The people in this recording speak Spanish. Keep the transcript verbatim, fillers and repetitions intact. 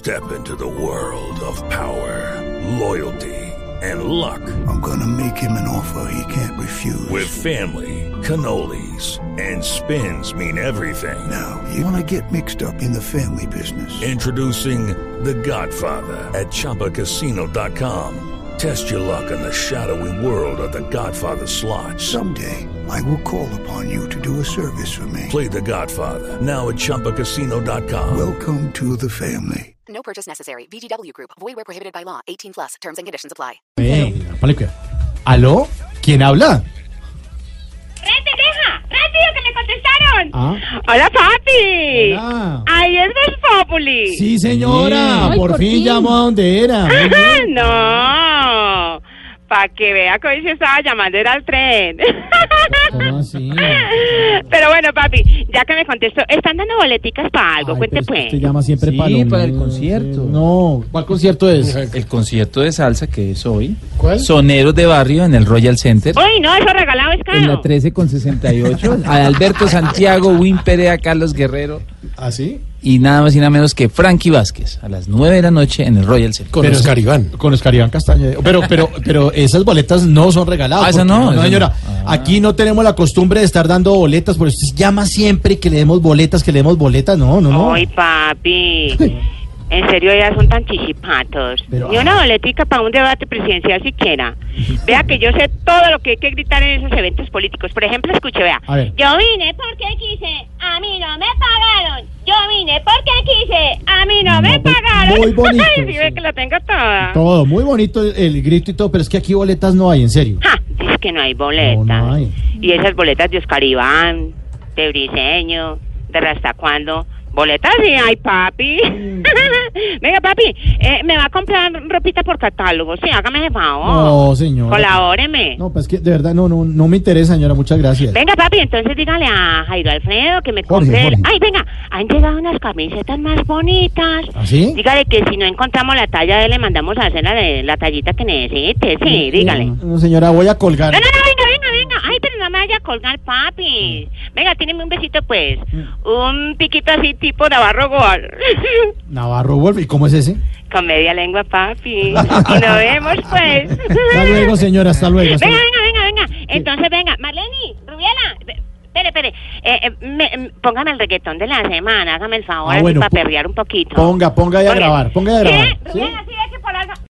Step into the world of power, loyalty, and luck. I'm gonna make him an offer he can't refuse. With family, cannolis, and spins mean everything. Now, you wanna get mixed up in the family business. Introducing The Godfather at Chumba Casino dot com. Test your luck in the shadowy world of The Godfather slot. Someday, I will call upon you to do a service for me. Play The Godfather, now at Chumba Casino dot com. Welcome to the family. No purchase necessary. V G W Group. Void where prohibited by law. eighteen plus. Terms and conditions apply. Eh, ¿Aló? ¿Quién habla? ¡Pendeja! ¡Rápido que me contestaron! Ah. ¡Hola, papi! Hola. ¡Ahí es Voz Populi! Sí, señora. Ay, por, por fin fin. llamó a donde era. Muy bien. ¡No! Para que vea que hoy se estaba llamando era al tren. ¿Cómo así? Pero bueno, papi, ya que me contestó, ¿están dando boleticas para algo? Ay, Cuente pero es que pues. usted llama siempre Sí, para lo para el mismo, concierto. sí. No, ¿cuál concierto es? El concierto de salsa que es hoy. ¿Cuál? Soneros de Barrio en el Royal Center. Uy, no, eso regalado es caro. En la trece con sesenta y ocho. Alberto Santiago, Win Perea, Carlos Guerrero. ¿Ah, sí? Y nada más y nada menos que Frankie Vázquez a las nueve de la noche en el Royal Center. Con Oscar Iván. Con Oscar Iván Castañeda. Pero, pero, pero esas boletas no son regaladas. Ah, eso porque- no, No, eso señora. no. Ah. Aquí no tenemos la costumbre de estar dando boletas, por eso usted llama siempre que le demos boletas, que le demos boletas. No, no, no. Ay, papi. En serio, ya son tan chichipatos. Pero, Ni una ah. boletica para un debate presidencial siquiera. Vea que yo sé todo lo que hay que gritar en esos eventos políticos. Por ejemplo, escuche, vea. A ver. Yo vine porque quise, a mí no me pagaron. Yo vine porque quise, a mí no, No, me pues, pagaron. muy bonito, Ay, sí, ve sí. que la tengo toda. Todo, muy bonito el, el grito y todo, pero es que aquí boletas no hay, en serio. Ja, dice que no hay boletas. No, no hay. Y esas boletas de Oscar Iván, de Briseño, de Rasta Cuando. Boletas sí hay, papi. Venga, papi, eh, me va a comprar ropita por catálogo. Sí, hágame ese favor. No, señora. Colabóreme. No, pues que de verdad no, no, no me interesa, señora, muchas gracias. Venga, papi, entonces dígale a Jairo Alfredo que me Jorge, compre. Jorge. Ay, venga, han llegado unas camisetas más bonitas. ¿Ah, sí? Dígale que si no encontramos la talla de él, le mandamos a hacer la, de, la tallita que necesite. Sí, dígale. No, no, señora, voy a colgar. No, no, no, venga, venga, venga. Ay, pero no me vaya a colgar, papi. Venga, tíreme un besito, pues. Un piquito así, tipo Navarro Gol. Navarro Wolf, ¿y cómo es ese? Con media lengua, papi. Y nos vemos, pues. Hasta luego, señora, hasta luego. hasta Venga, luego. venga, venga, venga. Entonces, venga. Marleni, Rubiela. Espere, espere. Eh, eh, me- me- póngame el reggaetón de la semana. Hágame el favor Ah, así bueno, para po- perrear un poquito. Ponga, ponga ahí a Ponga. grabar, ponga ahí a ¿Sí? grabar. ¿Sí? Rubiela, ¿sí ve